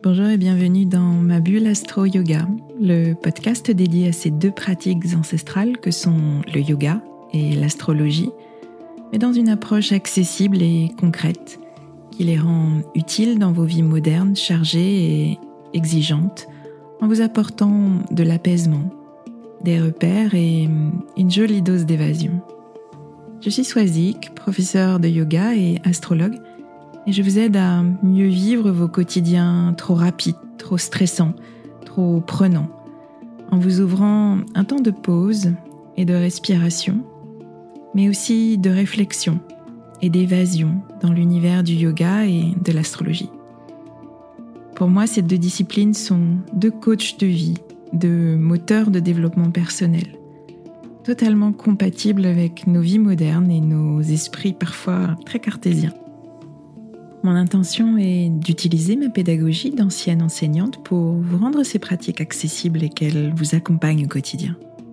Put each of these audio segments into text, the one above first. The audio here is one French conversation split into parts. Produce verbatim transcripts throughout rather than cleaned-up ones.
Bonjour et bienvenue dans ma bulle Astro Yoga, le podcast dédié à ces deux pratiques ancestrales que sont le yoga et l'astrologie, mais dans une approche accessible et concrète qui les rend utiles dans vos vies modernes, chargées et exigeantes, en vous apportant de l'apaisement, des repères et une jolie dose d'évasion. Je suis Swazik, professeure de yoga et astrologue, et je vous aide à mieux vivre vos quotidiens trop rapides, trop stressants, trop prenants, en vous ouvrant un temps de pause et de respiration, mais aussi de réflexion et d'évasion dans l'univers du yoga et de l'astrologie. Pour moi, ces deux disciplines sont deux coachs de vie, deux moteurs de développement personnel, totalement compatibles avec nos vies modernes et nos esprits parfois très cartésiens. Mon intention est d'utiliser ma pédagogie d'ancienne enseignante pour vous rendre ces pratiques accessibles et qu'elles vous accompagnent au quotidien.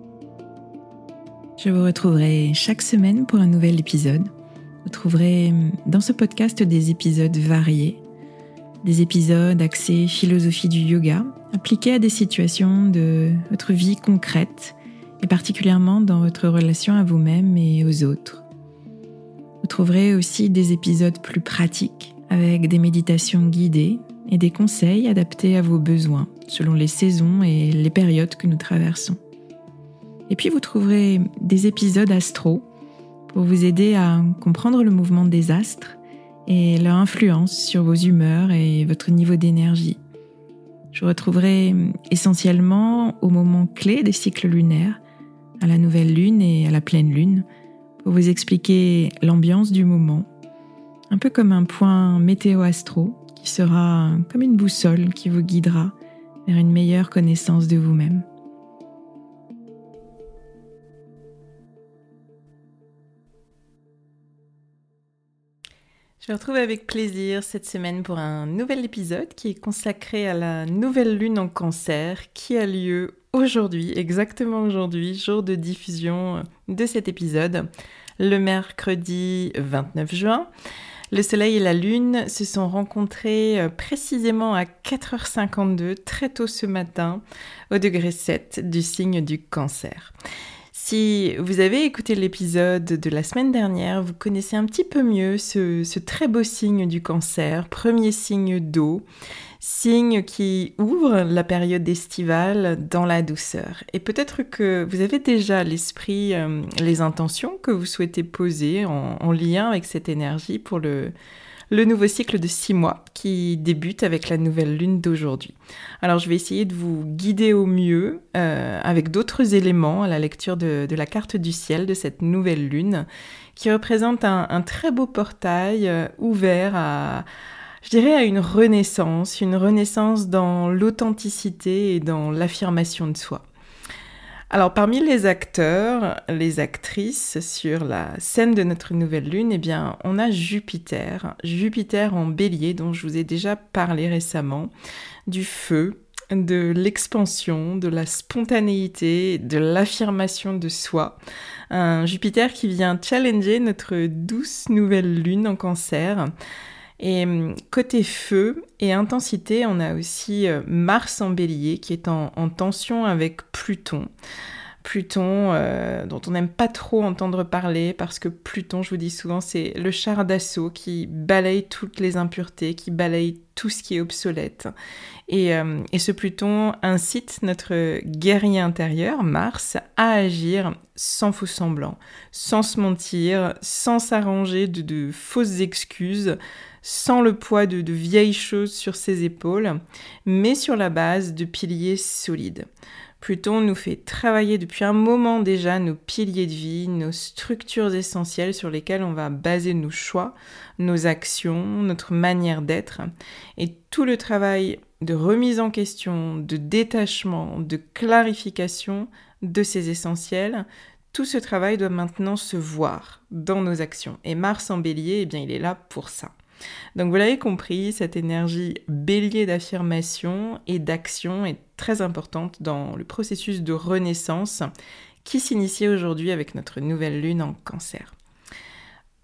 Je vous retrouverai chaque semaine pour un nouvel épisode. Vous trouverez dans ce podcast des épisodes variés, des épisodes axés philosophie du yoga, appliqués à des situations de votre vie concrète et particulièrement dans votre relation à vous-même et aux autres. Vous trouverez aussi des épisodes plus pratiques avec des méditations guidées et des conseils adaptés à vos besoins selon les saisons et les périodes que nous traversons. Et puis vous trouverez des épisodes astro pour vous aider à comprendre le mouvement des astres et leur influence sur vos humeurs et votre niveau d'énergie. Je vous retrouverai essentiellement au moment clé des cycles lunaires, à la nouvelle lune et à la pleine lune, pour vous expliquer l'ambiance du moment, un peu comme un point météo-astro qui sera comme une boussole qui vous guidera vers une meilleure connaissance de vous-même. Je vous retrouve avec plaisir cette semaine pour un nouvel épisode qui est consacré à la nouvelle lune en Cancer qui a lieu aujourd'hui, exactement aujourd'hui, jour de diffusion de cet épisode, le mercredi vingt-neuf juin. Le soleil et la lune se sont rencontrés précisément à quatre heures cinquante-deux, très tôt ce matin, au degré sept du signe du Cancer. Si vous avez écouté l'épisode de la semaine dernière, vous connaissez un petit peu mieux ce, ce très beau signe du Cancer, premier signe d'eau, signe qui ouvre la période estivale dans la douceur. Et peut-être que vous avez déjà à l'esprit euh, les intentions que vous souhaitez poser en, en lien avec cette énergie pour le, le nouveau cycle de six mois qui débute avec la nouvelle lune d'aujourd'hui. Alors je vais essayer de vous guider au mieux euh, avec d'autres éléments à la lecture de, de la carte du ciel de cette nouvelle lune qui représente un, un très beau portail euh, ouvert à... Je dirais à une renaissance, une renaissance dans l'authenticité et dans l'affirmation de soi. Alors parmi les acteurs, les actrices sur la scène de notre nouvelle lune, eh bien on a Jupiter, Jupiter en Bélier dont je vous ai déjà parlé récemment, du feu, de l'expansion, de la spontanéité, de l'affirmation de soi. Un Jupiter qui vient challenger notre douce nouvelle lune en Cancer. Et côté feu et intensité, on a aussi Mars en Bélier qui est en, en tension avec Pluton. Pluton, euh, dont on n'aime pas trop entendre parler parce que Pluton, je vous dis souvent, c'est le char d'assaut qui balaye toutes les impuretés, qui balaye tout ce qui est obsolète. Et, euh, et ce Pluton incite notre guerrier intérieur, Mars, à agir sans faux semblant, sans se mentir, sans s'arranger de, de fausses excuses, sans le poids de, de vieilles choses sur ses épaules, mais sur la base de piliers solides. Pluton nous fait travailler depuis un moment déjà nos piliers de vie, nos structures essentielles sur lesquelles on va baser nos choix, nos actions, notre manière d'être. Et tout le travail de remise en question, de détachement, de clarification de ces essentiels, tout ce travail doit maintenant se voir dans nos actions. Et Mars en Bélier, eh bien, il est là pour ça. Donc vous l'avez compris, cette énergie bélier d'affirmation et d'action est très importante dans le processus de renaissance qui s'initie aujourd'hui avec notre nouvelle lune en Cancer.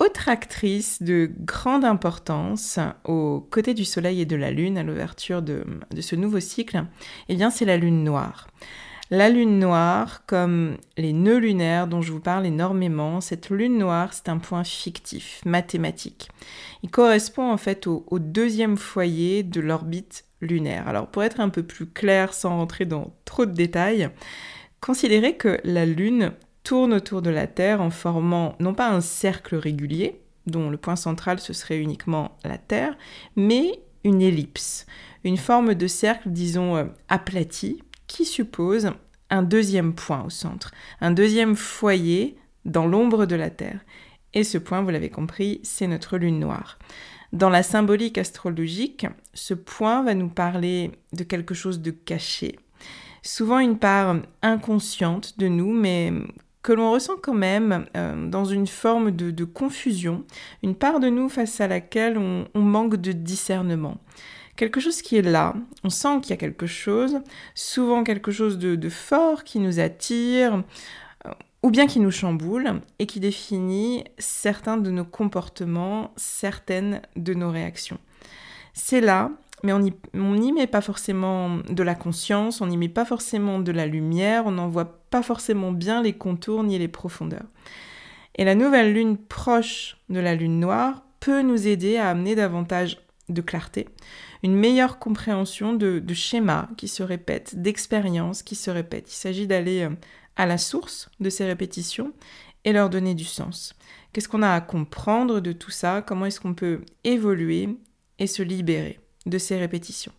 Autre actrice de grande importance aux côtés du Soleil et de la Lune à l'ouverture de, de ce nouveau cycle, eh bien c'est la Lune noire. La Lune noire, comme les nœuds lunaires dont je vous parle énormément, cette Lune noire, c'est un point fictif, mathématique. Il correspond en fait au, au deuxième foyer de l'orbite lunaire. Alors pour être un peu plus clair, sans rentrer dans trop de détails, considérez que la Lune tourne autour de la Terre en formant non pas un cercle régulier, dont le point central ce serait uniquement la Terre, mais une ellipse, une forme de cercle, disons, euh, aplati, qui suppose un deuxième point au centre, un deuxième foyer dans l'ombre de la Terre. Et ce point, vous l'avez compris, c'est notre Lune noire. Dans la symbolique astrologique, ce point va nous parler de quelque chose de caché, souvent une part inconsciente de nous, mais que l'on ressent quand même euh, dans une forme de, de confusion, une part de nous face à laquelle on, on manque de discernement. Quelque chose qui est là, on sent qu'il y a quelque chose, souvent quelque chose de, de fort qui nous attire, euh, ou bien qui nous chamboule, et qui définit certains de nos comportements, certaines de nos réactions. C'est là, mais on n'y met pas forcément de la conscience, on n'y met pas forcément de la lumière, on n'en voit pas forcément bien les contours ni les profondeurs. Et la nouvelle lune proche de la lune noire peut nous aider à amener davantage de clarté, une meilleure compréhension de, de schémas qui se répètent, d'expériences qui se répètent. Il s'agit d'aller à la source de ces répétitions et leur donner du sens. Qu'est-ce qu'on a à comprendre de tout ça? Comment est-ce qu'on peut évoluer et se libérer de ces répétitions?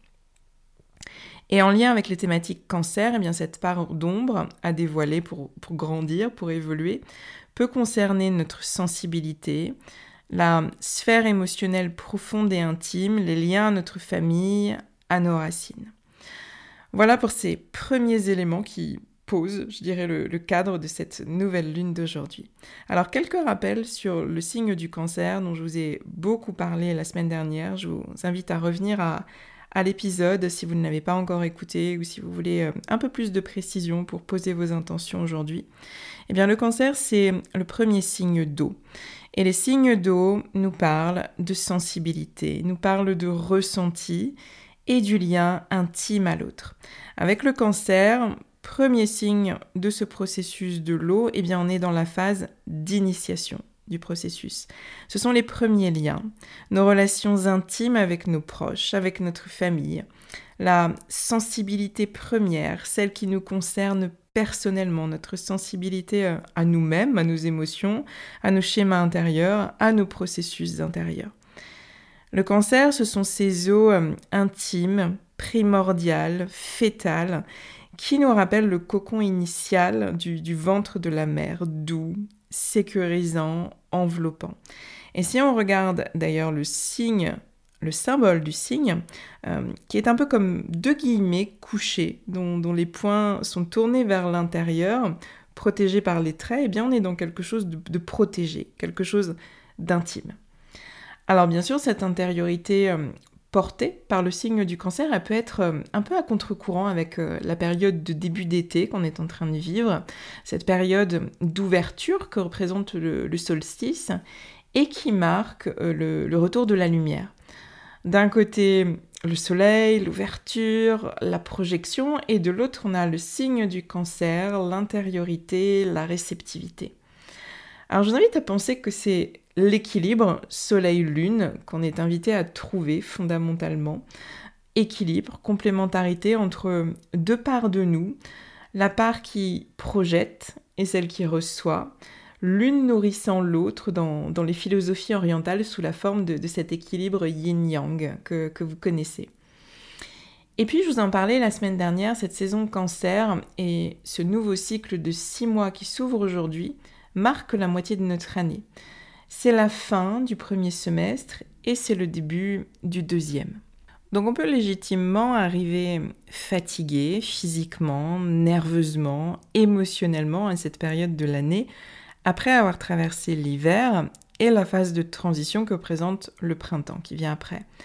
Et en lien avec les thématiques cancer, eh bien cette part d'ombre à dévoiler pour, pour grandir, pour évoluer, peut concerner notre sensibilité, la sphère émotionnelle profonde et intime, les liens à notre famille, à nos racines. Voilà pour ces premiers éléments qui posent, je dirais, le, le cadre de cette nouvelle lune d'aujourd'hui. Alors, quelques rappels sur le signe du cancer dont je vous ai beaucoup parlé la semaine dernière. Je vous invite à revenir à, à l'épisode si vous ne l'avez pas encore écouté ou si vous voulez un peu plus de précision pour poser vos intentions aujourd'hui. Eh bien, le cancer, c'est le premier signe d'eau. Et les signes d'eau nous parlent de sensibilité, nous parlent de ressenti et du lien intime à l'autre. Avec le cancer, premier signe de ce processus de l'eau, eh bien on est dans la phase d'initiation du processus. Ce sont les premiers liens, nos relations intimes avec nos proches, avec notre famille, la sensibilité première, celle qui nous concerne personnellement, notre sensibilité à nous-mêmes, à nos émotions, à nos schémas intérieurs, à nos processus intérieurs. Le cancer, ce sont ces eaux euh, intimes, primordiales, fétales, qui nous rappellent le cocon initial du, du ventre de la mère, doux, sécurisant, enveloppant. Et si on regarde d'ailleurs le signe, le symbole du signe, euh, qui est un peu comme deux guillemets couchés, dont, dont les points sont tournés vers l'intérieur, protégés par les traits, eh bien on est dans quelque chose de, de protégé, quelque chose d'intime. Alors bien sûr, cette intériorité euh, portée par le signe du cancer, elle peut être euh, un peu à contre-courant avec euh, la période de début d'été qu'on est en train de vivre, cette période d'ouverture que représente le, le solstice et qui marque euh, le, le retour de la lumière. D'un côté, le soleil, l'ouverture, la projection, et de l'autre, on a le signe du cancer, l'intériorité, la réceptivité. Alors je vous invite à penser que c'est l'équilibre soleil-lune qu'on est invité à trouver fondamentalement. Équilibre, complémentarité entre deux parts de nous, la part qui projette et celle qui reçoit, l'une nourrissant l'autre dans, dans les philosophies orientales sous la forme de, de cet équilibre yin-yang que, que vous connaissez. Et puis je vous en parlais la semaine dernière, cette saison cancer et ce nouveau cycle de six mois qui s'ouvre aujourd'hui marque la moitié de notre année. C'est la fin du premier semestre et c'est le début du deuxième. Donc on peut légitimement arriver fatigué physiquement, nerveusement, émotionnellement à cette période de l'année, après avoir traversé l'hiver et la phase de transition que présente le printemps qui vient après.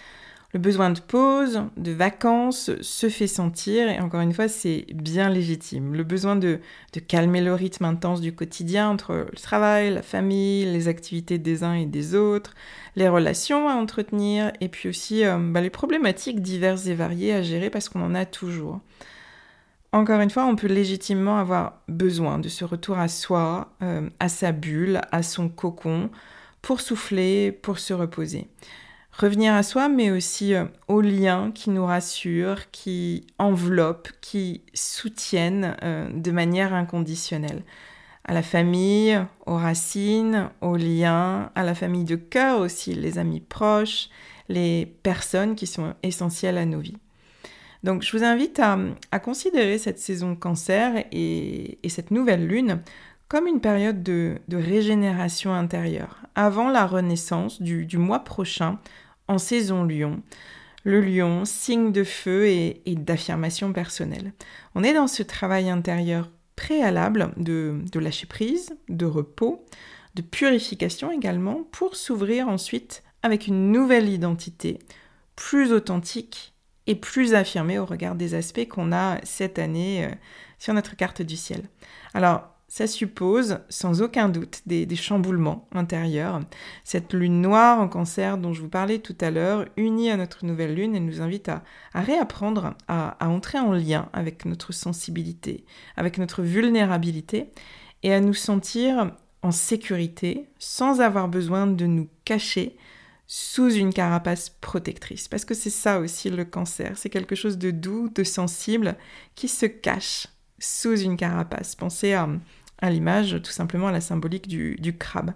Le besoin de pause, de vacances se fait sentir et encore une fois, c'est bien légitime. Le besoin de, de calmer le rythme intense du quotidien entre le travail, la famille, les activités des uns et des autres, les relations à entretenir et puis aussi euh, bah, les problématiques diverses et variées à gérer parce qu'on en a toujours. Encore une fois, on peut légitimement avoir besoin de ce retour à soi, euh, à sa bulle, à son cocon, pour souffler, pour se reposer. Revenir à soi, mais aussi euh, aux liens qui nous rassurent, qui enveloppent, qui soutiennent euh, de manière inconditionnelle. À la famille, aux racines, aux liens, à la famille de cœur aussi, les amis proches, les personnes qui sont essentielles à nos vies. Donc je vous invite à, à considérer cette saison Cancer et, et cette nouvelle lune comme une période de, de régénération intérieure, avant la renaissance du, du mois prochain, en saison Lion. Le Lion, signe de feu et, et d'affirmation personnelle. On est dans ce travail intérieur préalable de, de lâcher prise, de repos, de purification également, pour s'ouvrir ensuite avec une nouvelle identité, plus authentique et plus affirmée au regard des aspects qu'on a cette année euh, sur notre carte du ciel. Alors, ça suppose, sans aucun doute, des, des chamboulements intérieurs. Cette lune noire en Cancer dont je vous parlais tout à l'heure, unie à notre nouvelle lune, elle nous invite à, à réapprendre à, à entrer en lien avec notre sensibilité, avec notre vulnérabilité, et à nous sentir en sécurité, sans avoir besoin de nous cacher sous une carapace protectrice. Parce que c'est ça aussi le Cancer, c'est quelque chose de doux, de sensible, qui se cache sous une carapace. Pensez à, à l'image, tout simplement à la symbolique du, du crabe.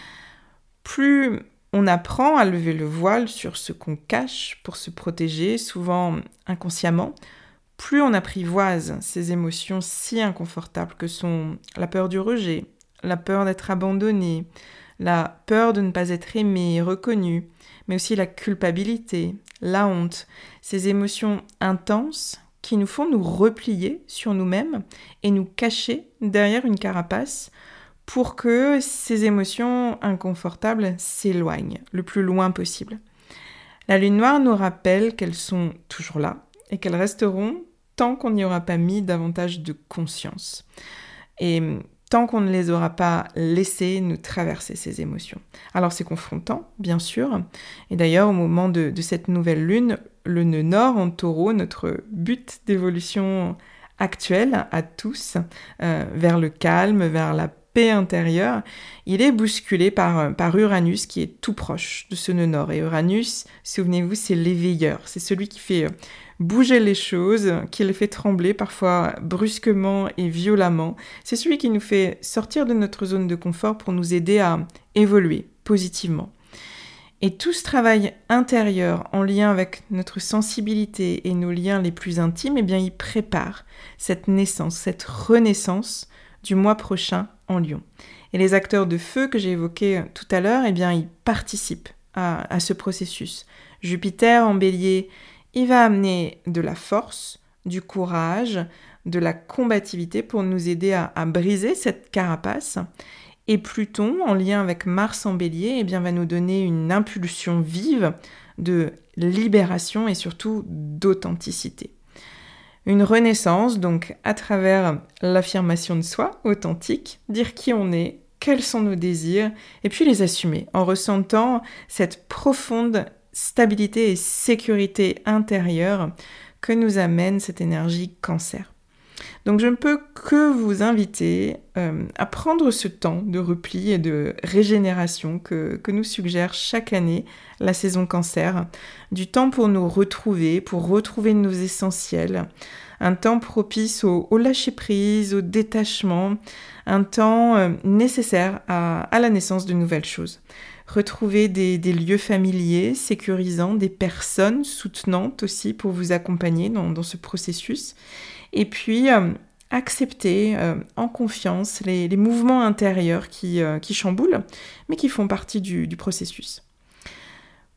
Plus on apprend à lever le voile sur ce qu'on cache pour se protéger, souvent inconsciemment, plus on apprivoise ces émotions si inconfortables que sont la peur du rejet, la peur d'être abandonné, la peur de ne pas être aimé et reconnu, mais aussi la culpabilité, la honte, ces émotions intenses qui nous font nous replier sur nous-mêmes et nous cacher derrière une carapace pour que ces émotions inconfortables s'éloignent le plus loin possible. La lune noire nous rappelle qu'elles sont toujours là et qu'elles resteront tant qu'on n'y aura pas mis davantage de conscience. Et tant qu'on ne les aura pas laissées nous traverser ces émotions. Alors c'est confrontant, bien sûr. Et d'ailleurs, au moment de, de cette nouvelle lune, le nœud nord en taureau, notre but d'évolution actuel à tous, euh, vers le calme, vers la paix intérieure, il est bousculé par, par Uranus qui est tout proche de ce nœud nord. Et Uranus, souvenez-vous, c'est l'éveilleur, c'est celui qui fait bouger les choses, qui les fait trembler parfois brusquement et violemment. C'est celui qui nous fait sortir de notre zone de confort pour nous aider à évoluer positivement. Et tout ce travail intérieur en lien avec notre sensibilité et nos liens les plus intimes, eh bien, il prépare cette naissance, cette renaissance du mois prochain en Lion. Et les acteurs de feu que j'ai évoqués tout à l'heure, eh bien, ils participent à, à ce processus. Jupiter en Bélier, il va amener de la force, du courage, de la combativité pour nous aider à, à briser cette carapace. Et Pluton, en lien avec Mars en Bélier, eh bien, va nous donner une impulsion vive de libération et surtout d'authenticité. Une renaissance, donc, à travers l'affirmation de soi, authentique, dire qui on est, quels sont nos désirs, et puis les assumer, en ressentant cette profonde stabilité et sécurité intérieure que nous amène cette énergie Cancer. Donc je ne peux que vous inviter euh, à prendre ce temps de repli et de régénération que, que nous suggère chaque année la saison Cancer, du temps pour nous retrouver, pour retrouver nos essentiels, un temps propice au, au lâcher-prise, au détachement, un temps euh, nécessaire à, à la naissance de nouvelles choses. Retrouver des, des lieux familiers, sécurisants, des personnes soutenantes aussi pour vous accompagner dans, dans ce processus. Et puis, euh, accepter euh, en confiance les, les mouvements intérieurs qui, euh, qui chamboulent, mais qui font partie du, du processus.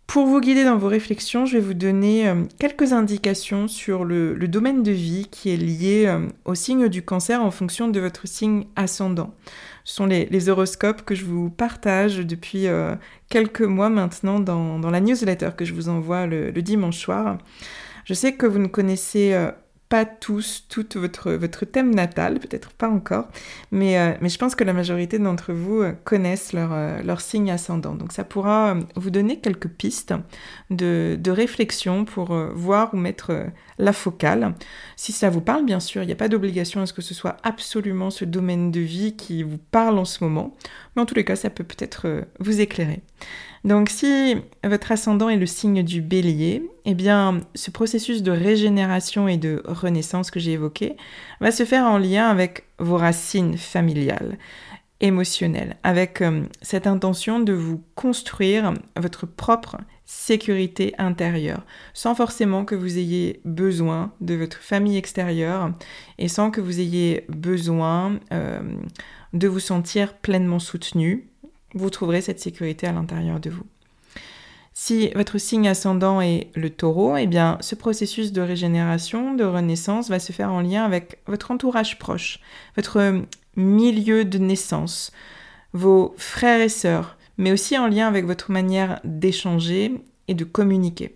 Pour vous guider dans vos réflexions, je vais vous donner euh, quelques indications sur le, le domaine de vie qui est lié euh, au signe du Cancer en fonction de votre signe ascendant. Ce sont les, les horoscopes que je vous partage depuis euh, quelques mois maintenant dans, dans la newsletter que je vous envoie le, le dimanche soir. Je sais que vous ne connaissez euh, pas tous, tout votre, votre thème natal, peut-être pas encore, mais, euh, mais je pense que la majorité d'entre vous euh, connaissent leur, euh, leur signe ascendant. Donc ça pourra euh, vous donner quelques pistes de, de réflexion pour euh, voir ou mettre euh, la focale. Si ça vous parle, bien sûr, il n'y a pas d'obligation à ce que ce soit absolument ce domaine de vie qui vous parle en ce moment, mais en tous les cas, ça peut peut-être euh, vous éclairer. Donc si votre ascendant est le signe du Bélier, eh bien ce processus de régénération et de renaissance que j'ai évoqué va se faire en lien avec vos racines familiales, émotionnelles, avec euh, cette intention de vous construire votre propre sécurité intérieure, sans forcément que vous ayez besoin de votre famille extérieure et sans que vous ayez besoin euh, de vous sentir pleinement soutenu. Vous trouverez cette sécurité à l'intérieur de vous. Si votre signe ascendant est le Taureau, eh bien, ce processus de régénération, de renaissance va se faire en lien avec votre entourage proche, votre milieu de naissance, vos frères et sœurs, mais aussi en lien avec votre manière d'échanger et de communiquer.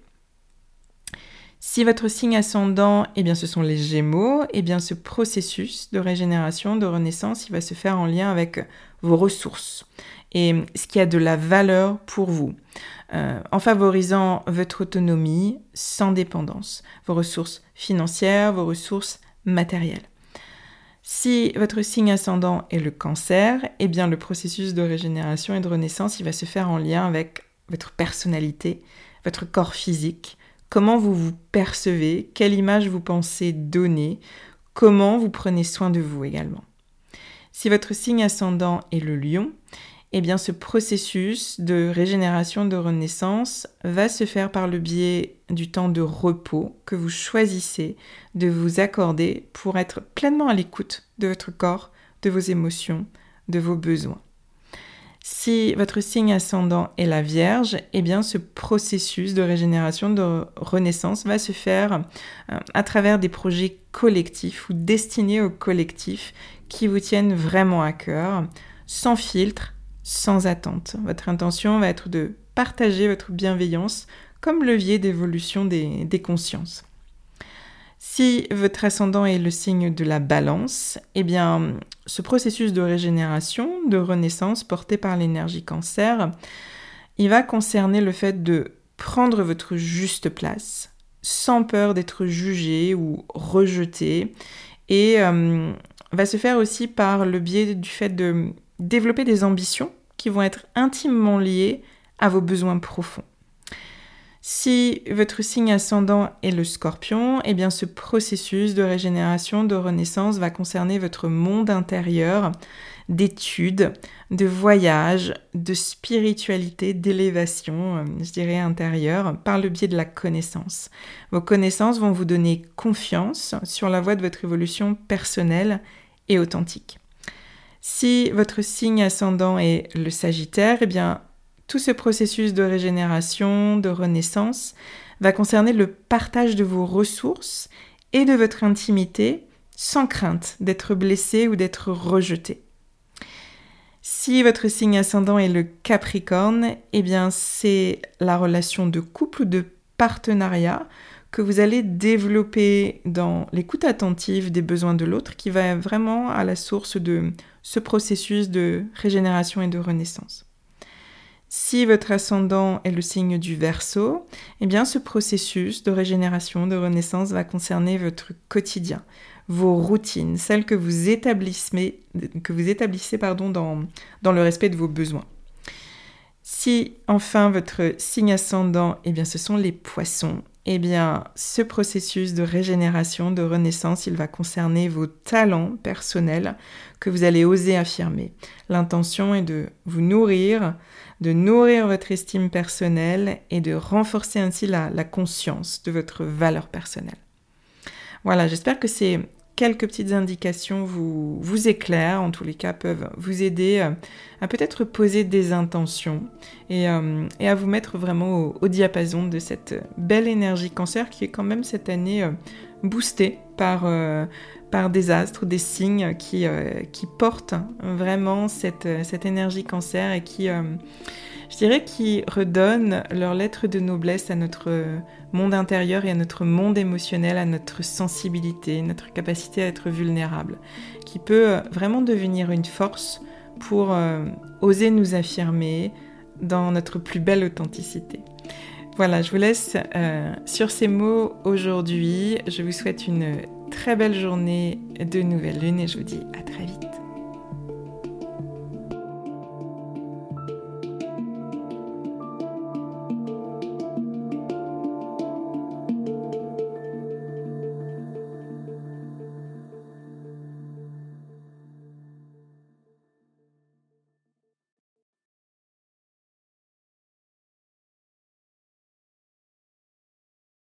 Si votre signe ascendant, eh bien, ce sont les Gémeaux, eh bien, ce processus de régénération, de renaissance, il va se faire en lien avec vos ressources et ce qui a de la valeur pour vous, euh, en favorisant votre autonomie sans dépendance, vos ressources financières, vos ressources matérielles. Si votre signe ascendant est le Cancer, eh bien le processus de régénération et de renaissance, il va se faire en lien avec votre personnalité, votre corps physique, comment vous vous percevez, quelle image vous pensez donner, comment vous prenez soin de vous également. Si votre signe ascendant est le Lion, eh bien ce processus de régénération, de renaissance va se faire par le biais du temps de repos que vous choisissez de vous accorder pour être pleinement à l'écoute de votre corps, de vos émotions, de vos besoins. Si votre signe ascendant est la Vierge, eh bien ce processus de régénération, de renaissance va se faire à travers des projets collectifs ou destinés au collectif qui vous tiennent vraiment à cœur, sans filtre, sans attente. Votre intention va être de partager votre bienveillance comme levier d'évolution des, des consciences. Si votre ascendant est le signe de la Balance, eh bien, ce processus de régénération, de renaissance porté par l'énergie Cancer, il va concerner le fait de prendre votre juste place, sans peur d'être jugé ou rejeté, et euh, va se faire aussi par le biais du fait de développer des ambitions qui vont être intimement liées à vos besoins profonds. Si votre signe ascendant est le Scorpion, eh bien ce processus de régénération, de renaissance va concerner votre monde intérieur, d'études, de voyages, de spiritualité, d'élévation, je dirais intérieure, par le biais de la connaissance. Vos connaissances vont vous donner confiance sur la voie de votre évolution personnelle et authentique. Si votre signe ascendant est le Sagittaire, eh bien tout ce processus de régénération, de renaissance, va concerner le partage de vos ressources et de votre intimité sans crainte d'être blessé ou d'être rejeté. Si votre signe ascendant est le Capricorne, eh bien c'est la relation de couple ou de partenariat que vous allez développer dans l'écoute attentive des besoins de l'autre qui va vraiment à la source de ce processus de régénération et de renaissance. Si votre ascendant est le signe du Verseau, eh bien ce processus de régénération, de renaissance va concerner votre quotidien, vos routines, celles que vous établissez, que vous établissez pardon, dans, dans le respect de vos besoins. Si enfin votre signe ascendant, eh bien ce sont les Poissons, eh bien ce processus de régénération, de renaissance, il va concerner vos talents personnels que vous allez oser affirmer. L'intention est de vous nourrir, de nourrir votre estime personnelle et de renforcer ainsi la, la conscience de votre valeur personnelle. Voilà, j'espère que ces quelques petites indications vous, vous éclairent, en tous les cas peuvent vous aider euh, à peut-être poser des intentions et, euh, et à vous mettre vraiment au, au diapason de cette belle énergie Cancer qui est quand même cette année euh, boostée par, euh, par des astres, des signes qui, euh, qui portent vraiment cette, cette énergie Cancer et qui, euh, je dirais, qui redonnent leur lettre de noblesse à notre monde intérieur et à notre monde émotionnel, à notre sensibilité, notre capacité à être vulnérable, qui peut vraiment devenir une force pour euh, oser nous affirmer dans notre plus belle authenticité. Voilà, je vous laisse euh, sur ces mots aujourd'hui. Je vous souhaite une très belle journée de nouvelle lune et je vous dis à très vite.